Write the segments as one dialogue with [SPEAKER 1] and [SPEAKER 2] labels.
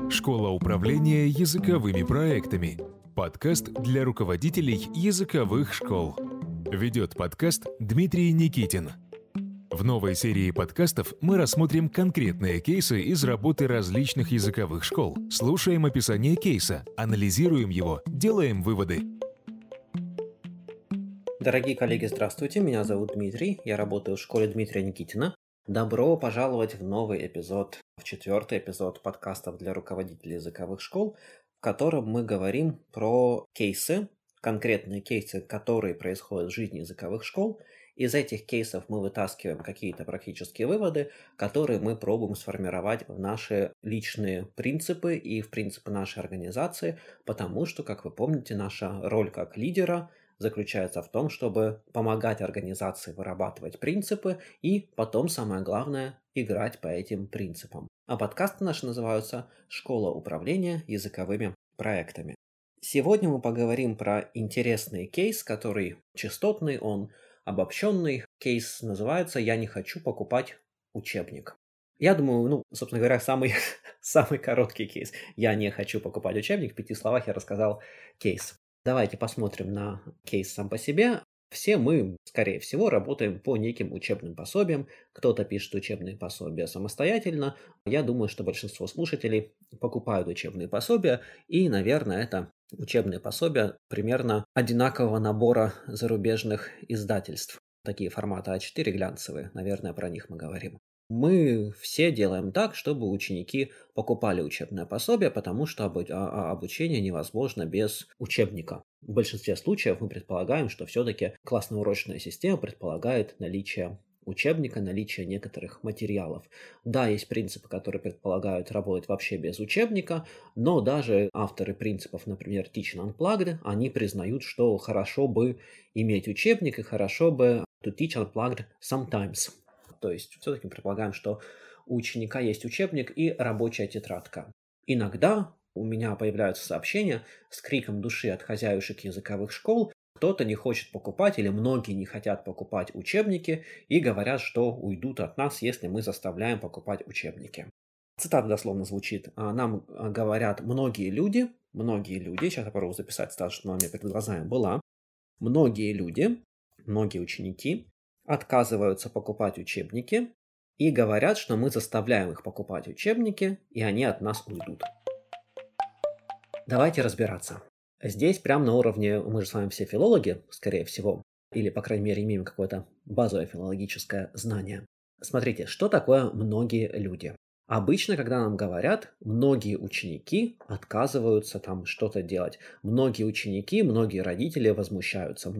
[SPEAKER 1] Школа управления языковыми проектами. Подкаст для руководителей языковых школ. Ведет подкаст Дмитрий Никитин. В новой серии подкастов мы рассмотрим конкретные кейсы из работы различных языковых школ. Слушаем описание кейса, анализируем его, делаем выводы.
[SPEAKER 2] Дорогие коллеги, здравствуйте, меня зовут Дмитрий, я работаю в школе Дмитрия Никитина. Добро пожаловать в новый эпизод, в 4-й эпизод подкастов для руководителей языковых школ, в котором мы говорим про кейсы, конкретные кейсы, которые происходят в жизни языковых школ. Из этих кейсов мы вытаскиваем какие-то практические выводы, которые мы пробуем сформировать в наши личные принципы и в принципы нашей организации, потому что, как вы помните, наша роль как лидера заключается в том, чтобы помогать организации вырабатывать принципы и потом, самое главное, играть по этим принципам. А подкасты наши называются «Школа управления языковыми проектами». Сегодня мы поговорим про интересный кейс, который частотный, он обобщенный. Кейс называется «Я не хочу покупать учебник». Я думаю, собственно говоря, самый короткий кейс. Я не хочу покупать учебник. В 5 словах я рассказал кейс. Давайте посмотрим на кейс сам по себе. Все мы, скорее всего, работаем по неким учебным пособиям. Кто-то пишет учебные пособия самостоятельно. Я думаю, что большинство слушателей покупают учебные пособия. И, наверное, это учебные пособия примерно одинакового набора зарубежных издательств. Такие форматы А4 глянцевые, наверное, про них мы говорим. Мы все делаем так, чтобы ученики покупали учебное пособие, потому что обучение невозможно без учебника. В большинстве случаев мы предполагаем, что все-таки классно-урочная система предполагает наличие учебника, наличие некоторых материалов. Да, есть принципы, которые предполагают работать вообще без учебника, но даже авторы принципов, например, Teach Unplugged, они признают, что хорошо бы иметь учебник и хорошо бы to teach unplugged sometimes. То есть все-таки мы предполагаем, что у ученика есть учебник и рабочая тетрадка. Иногда у меня появляются сообщения с криком души от хозяюшек языковых школ. Кто-то не хочет покупать или многие не хотят покупать учебники и говорят, что уйдут от нас, если мы заставляем покупать учебники. Цитата дословно звучит. Нам говорят многие люди, сейчас я попробую записать цитату, что она у меня перед глазами была. Многие люди, многие ученики отказываются покупать учебники и говорят, что мы заставляем их покупать учебники, и они от нас уйдут. Давайте разбираться. Здесь прямо на уровне, мы же с вами все филологи, скорее всего, или, по крайней мере, имеем какое-то базовое филологическое знание. Смотрите, что такое многие люди? Обычно, когда нам говорят, многие ученики отказываются там что-то делать. Многие ученики, многие родители возмущаются.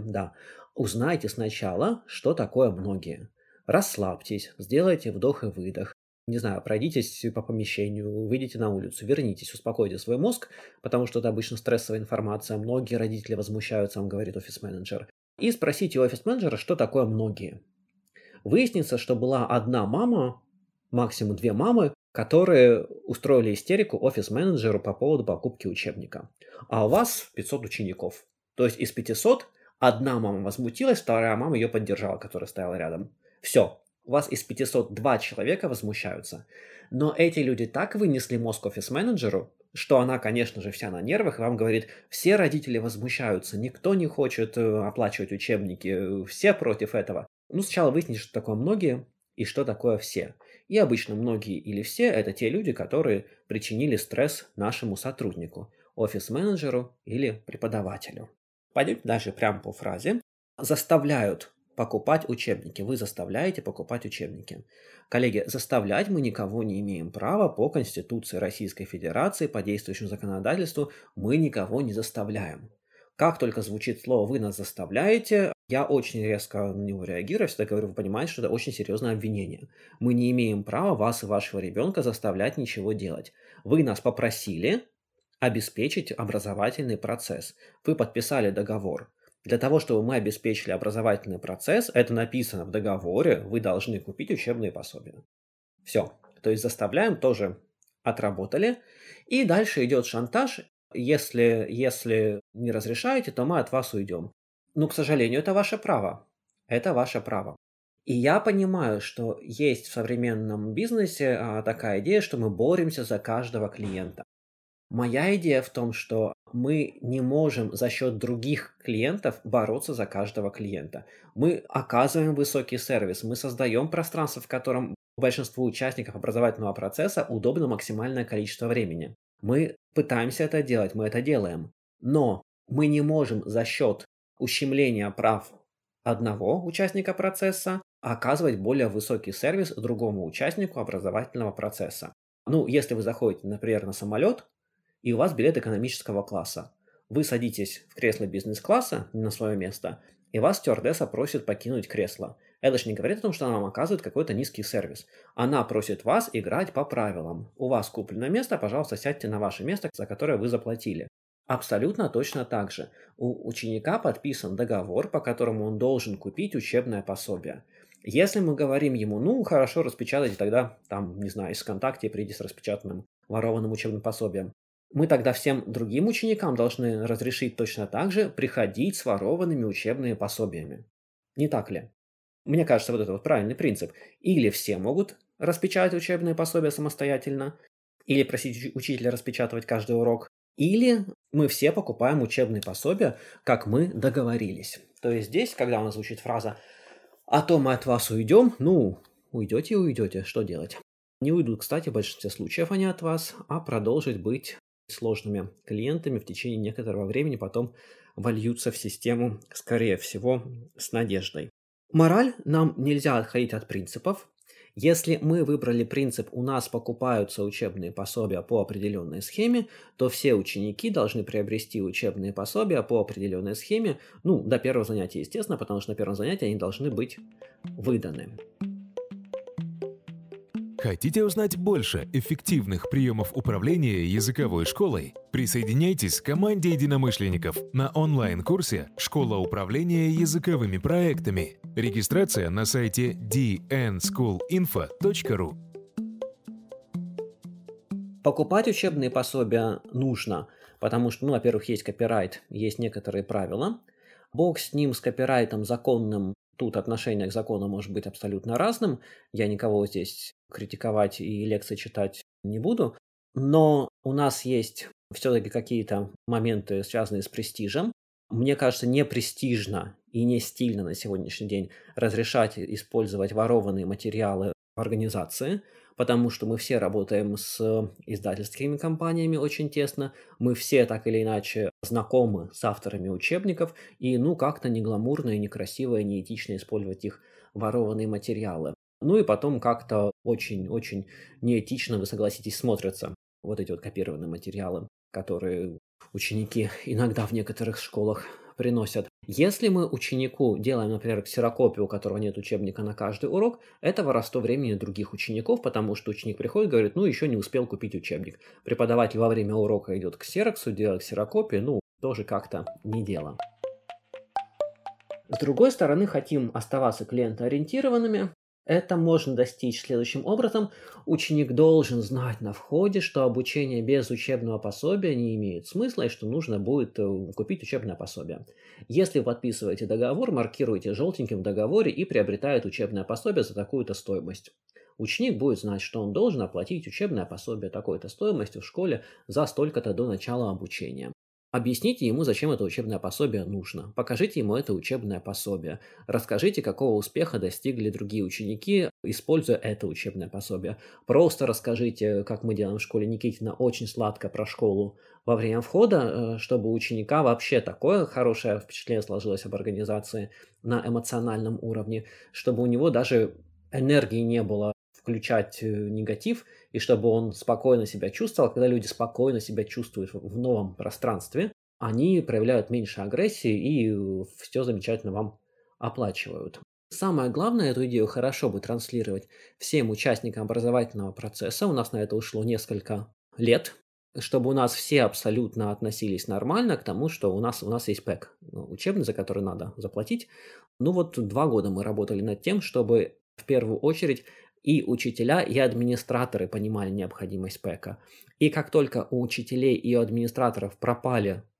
[SPEAKER 2] Узнайте сначала, что такое многие. Расслабьтесь, сделайте вдох и выдох. Не знаю, пройдитесь по помещению, выйдите на улицу, вернитесь, успокойте свой мозг, потому что это обычно стрессовая информация. Многие родители возмущаются, вам говорит офис-менеджер. И спросите у офис-менеджера, что такое многие. Выяснится, что была одна мама, максимум 2 мамы, которые устроили истерику офис-менеджеру по поводу покупки учебника. А у вас 500 учеников. То есть из 500 одна мама возмутилась, вторая мама ее поддержала, которая стояла рядом. Все. У вас из 500 2 человека возмущаются. Но эти люди так вынесли мозг офис-менеджеру, что она, конечно же, вся на нервах, и вам говорит, все родители возмущаются, никто не хочет оплачивать учебники, все против этого. Сначала выясните, что такое многие и что такое все. И обычно многие или все – это те люди, которые причинили стресс нашему сотруднику, офис-менеджеру или преподавателю. Пойдемте дальше прямо по фразе. Заставляют покупать учебники. Вы заставляете покупать учебники. Коллеги, заставлять мы никого не имеем права по Конституции Российской Федерации, по действующему законодательству мы никого не заставляем. Как только звучит слово «вы нас заставляете», я очень резко на него реагирую, всегда говорю, вы понимаете, что это очень серьезное обвинение. Мы не имеем права вас и вашего ребенка заставлять ничего делать. Вы нас попросили обеспечить образовательный процесс. Вы подписали договор. Для того, чтобы мы обеспечили образовательный процесс, это написано в договоре, вы должны купить учебные пособия. Все. То есть заставляем тоже отработали. И дальше идет шантаж. Если не разрешаете, то мы от вас уйдем. К сожалению, это ваше право. Это ваше право. И я понимаю, что есть в современном бизнесе такая идея, что мы боремся за каждого клиента. Моя идея в том, что мы не можем за счет других клиентов бороться за каждого клиента. Мы оказываем высокий сервис, мы создаем пространство, в котором большинству участников образовательного процесса удобно максимальное количество времени. Мы пытаемся это делать, мы это делаем. Но мы не можем за счет ущемления прав одного участника процесса оказывать более высокий сервис другому участнику образовательного процесса. Если вы заходите, например, на самолет, и у вас билет экономического класса. Вы садитесь в кресло бизнес-класса на свое место, и вас стюардесса просит покинуть кресло. Это же не говорит о том, что она вам оказывает какой-то низкий сервис. Она просит вас играть по правилам. У вас куплено место, пожалуйста, сядьте на ваше место, за которое вы заплатили. Абсолютно точно так же. У ученика подписан договор, по которому он должен купить учебное пособие. Если мы говорим ему, хорошо, распечатайте тогда, из ВКонтакте придите с распечатанным ворованным учебным пособием. Мы тогда всем другим ученикам должны разрешить точно так же приходить с ворованными учебными пособиями. Не так ли? Мне кажется, вот это вот правильный принцип. Или все могут распечатать учебные пособия самостоятельно, или просить учителя распечатывать каждый урок, или мы все покупаем учебные пособия, как мы договорились. То есть здесь, когда у нас звучит фраза «а то мы от вас уйдем», уйдете и уйдете, что делать? Не уйдут, кстати, в большинстве случаев они от вас, а продолжить быть сложными клиентами в течение некоторого времени, потом вольются в систему, скорее всего, с надеждой. Мораль: нам нельзя отходить от принципов. Если мы выбрали принцип «у нас покупаются учебные пособия по определенной схеме», то все ученики должны приобрести учебные пособия по определенной схеме, до первого занятия, естественно, потому что на первом занятии они должны быть выданы.
[SPEAKER 1] Хотите узнать больше эффективных приемов управления языковой школой? Присоединяйтесь к команде единомышленников на онлайн-курсе «Школа управления языковыми проектами». Регистрация на сайте dnschoolinfo.ru.
[SPEAKER 2] Покупать учебные пособия нужно, потому что, во-первых, есть копирайт, есть некоторые правила. Бог с ним, с копирайтом законным. Тут отношение к закону может быть абсолютно разным. Я никого здесь критиковать и лекции читать не буду. Но у нас есть все-таки какие-то моменты, связанные с престижем. Мне кажется, не престижно и не стильно на сегодняшний день разрешать использовать ворованные материалы в организации, потому что мы все работаем с издательскими компаниями очень тесно, мы все так или иначе знакомы с авторами учебников, и как-то не гламурно, и некрасиво, и неэтично использовать их ворованные материалы. И потом как-то очень-очень неэтично, вы согласитесь, смотрятся вот эти вот копированные материалы, которые ученики иногда в некоторых школах приносят. Если мы ученику делаем, например, ксерокопию, у которого нет учебника на каждый урок, это воровство времени других учеников, потому что ученик приходит и говорит, еще не успел купить учебник. Преподаватель во время урока идет к ксероксу, делает ксерокопию, тоже как-то не дело. С другой стороны, хотим оставаться клиентоориентированными. Это можно достичь следующим образом. Ученик должен знать на входе, что обучение без учебного пособия не имеет смысла и что нужно будет купить учебное пособие. Если вы подписываете договор, маркируете желтеньким в договоре и приобретает учебное пособие за такую-то стоимость. Ученик будет знать, что он должен оплатить учебное пособие такой-то стоимостью в школе за столько-то до начала обучения. Объясните ему, зачем это учебное пособие нужно. Покажите ему это учебное пособие. Расскажите, какого успеха достигли другие ученики, используя это учебное пособие. Просто расскажите, как мы делаем в школе Никитина, очень сладко про школу во время входа, чтобы у ученика вообще такое хорошее впечатление сложилось об организации на эмоциональном уровне, чтобы у него даже энергии не было включать негатив, и чтобы он спокойно себя чувствовал. Когда люди спокойно себя чувствуют в новом пространстве, они проявляют меньше агрессии и все замечательно вам оплачивают. Самое главное, эту идею хорошо бы транслировать всем участникам образовательного процесса. У нас на это ушло несколько лет, чтобы у нас все абсолютно относились нормально к тому, что у нас есть ПЭК учебный, за который надо заплатить. 2 года мы работали над тем, чтобы в первую очередь и учителя, и администраторы понимали необходимость ПЭКа. И как только у учителей и у администраторов пропали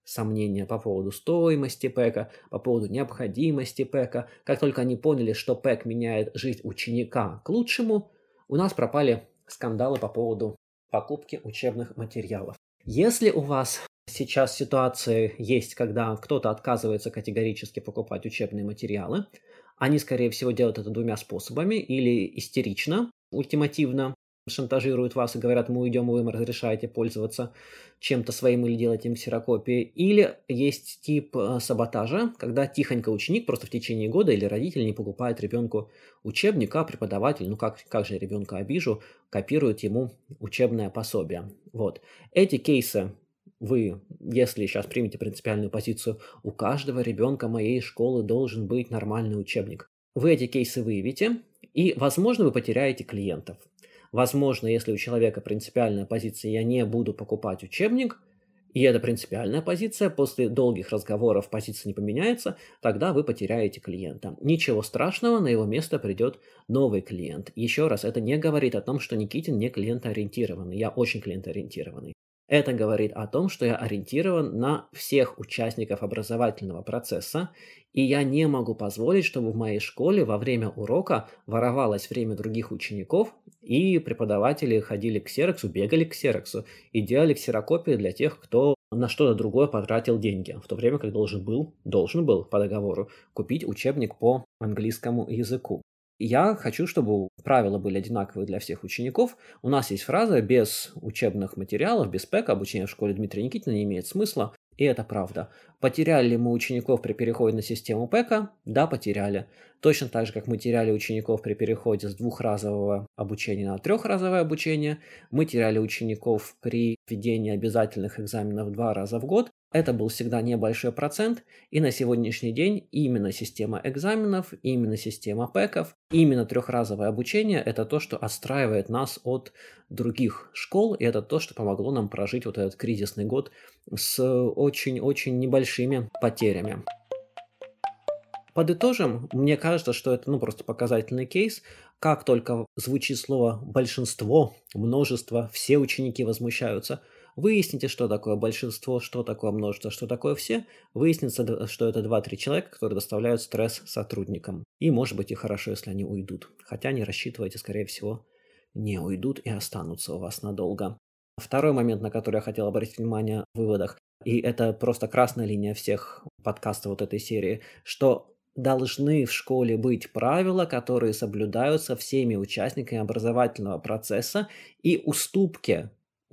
[SPEAKER 2] сомнения по поводу стоимости ПЭКа, по поводу необходимости ПЭКа. Как только они поняли, что ПЭК меняет жизнь ученика к лучшему, у нас пропали скандалы по поводу покупки учебных материалов. Если у вас сейчас ситуация есть, когда кто-то отказывается категорически покупать учебные материалы, они, скорее всего, делают это двумя способами. Или истерично, ультимативно шантажируют вас и говорят: мы уйдем, и вы им разрешаете пользоваться чем-то своим или делать им ксерокопии. Или есть тип саботажа, когда тихонько ученик просто в течение года или родитель не покупает ребенку учебник, а преподаватель, как же я ребенка обижу, копирует ему учебное пособие. Вот. Эти кейсы вы, если сейчас примете принципиальную позицию, у каждого ребенка моей школы должен быть нормальный учебник. Вы эти кейсы выявите, и, возможно, вы потеряете клиентов. Возможно, если у человека принципиальная позиция «я не буду покупать учебник», и эта принципиальная позиция, после долгих разговоров позиция не поменяется, тогда вы потеряете клиента. Ничего страшного, на его место придет новый клиент. Еще раз, это не говорит о том, что Никитин не клиентоориентированный. Я очень клиентоориентированный. Это говорит о том, что я ориентирован на всех участников образовательного процесса, и я не могу позволить, чтобы в моей школе во время урока воровалось время других учеников, и преподаватели ходили к ксероксу, бегали к ксероксу и делали ксерокопии для тех, кто на что-то другое потратил деньги, в то время как должен был по договору купить учебник по английскому языку. Я хочу, чтобы правила были одинаковые для всех учеников. У нас есть фраза: без учебных материалов, без ПЭКа обучение в школе Дмитрия Никитина не имеет смысла. И это правда. Потеряли ли мы учеников при переходе на систему ПЭКа? Да, потеряли. Точно так же, как мы теряли учеников при переходе с двухразового обучения на трехразовое обучение, мы теряли учеников при введении обязательных экзаменов 2 раза в год. Это был всегда небольшой процент, и на сегодняшний день именно система экзаменов, именно система ПЭКов, именно трехразовое обучение – это то, что отстраивает нас от других школ, и это то, что помогло нам прожить вот этот кризисный год с очень-очень небольшими потерями. Подытожим, мне кажется, что это просто показательный кейс. Как только звучит слово «большинство», «множество», все ученики возмущаются. Выясните, что такое большинство, что такое множество, что такое все. Выяснится, что это 2-3 человека, которые доставляют стресс сотрудникам. И, может быть, и хорошо, если они уйдут. Хотя не рассчитывайте, скорее всего, не уйдут и останутся у вас надолго. Второй момент, на который я хотел обратить внимание в выводах, и это просто красная линия всех подкастов вот этой серии, что должны в школе быть правила, которые соблюдаются всеми участниками образовательного процесса, и уступки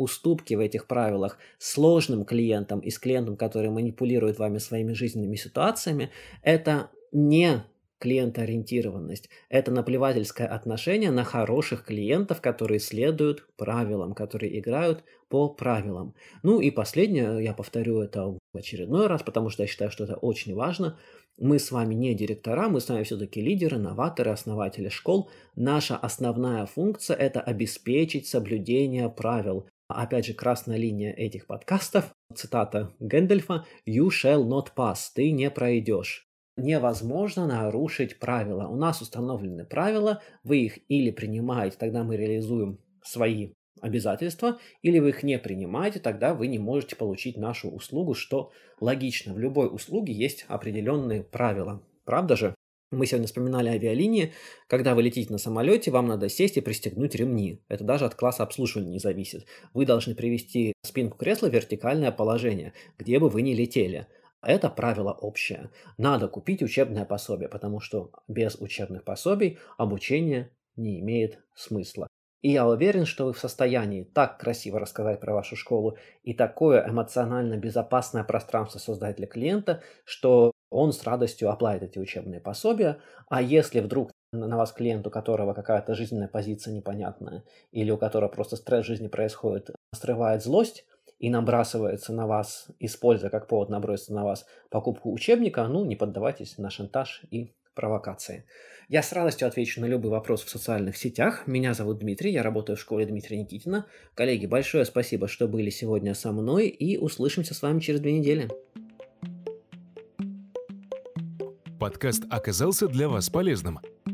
[SPEAKER 2] в этих правилах сложным клиентам и с клиентом, который манипулирует вами своими жизненными ситуациями, это не клиентоориентированность, это наплевательское отношение на хороших клиентов, которые следуют правилам, которые играют по правилам. И последнее, я повторю это в очередной раз, потому что я считаю, что это очень важно. Мы с вами не директора, мы с вами все-таки лидеры, новаторы, основатели школ. Наша основная функция – это обеспечить соблюдение правил. Опять же, красная линия этих подкастов, цитата Гэндальфа: «You shall not pass», ты не пройдешь. Невозможно нарушить правила. У нас установлены правила, вы их или принимаете, тогда мы реализуем свои обязательства, или вы их не принимаете, тогда вы не можете получить нашу услугу, что логично. В любой услуге есть определенные правила. Правда же? Мы сегодня вспоминали авиалинии. Когда вы летите на самолете, вам надо сесть и пристегнуть ремни. Это даже от класса обслуживания не зависит. Вы должны привести спинку кресла в вертикальное положение, где бы вы ни летели. Это правило общее. Надо купить учебное пособие, потому что без учебных пособий обучение не имеет смысла. И я уверен, что вы в состоянии так красиво рассказать про вашу школу и такое эмоционально безопасное пространство создать для клиента, что он с радостью оплатит эти учебные пособия. А если вдруг на вас клиент, у которого какая-то жизненная позиция непонятная, или у которого просто стресс в жизни происходит, срывает злость и набрасывается на вас, используя как повод наброситься на вас покупку учебника, не поддавайтесь на шантаж и провокации. Я с радостью отвечу на любой вопрос в социальных сетях. Меня зовут Дмитрий, я работаю в школе Дмитрия Никитина. Коллеги, большое спасибо, что были сегодня со мной, и услышимся с вами через 2 недели.
[SPEAKER 1] Подкаст оказался для вас полезным.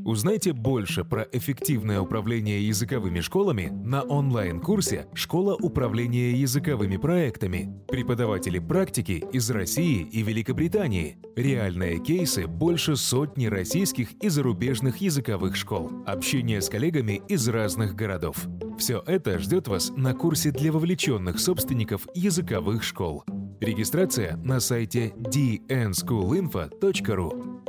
[SPEAKER 1] Узнайте больше про эффективное управление языковыми школами на онлайн-курсе «Школа управления языковыми проектами». Преподаватели практики из России и Великобритании. Реальные кейсы больше сотни российских и зарубежных языковых школ. Общение с коллегами из разных городов. Все это ждет вас на курсе для вовлеченных собственников языковых школ. Регистрация на сайте dnschoolinfo.ru.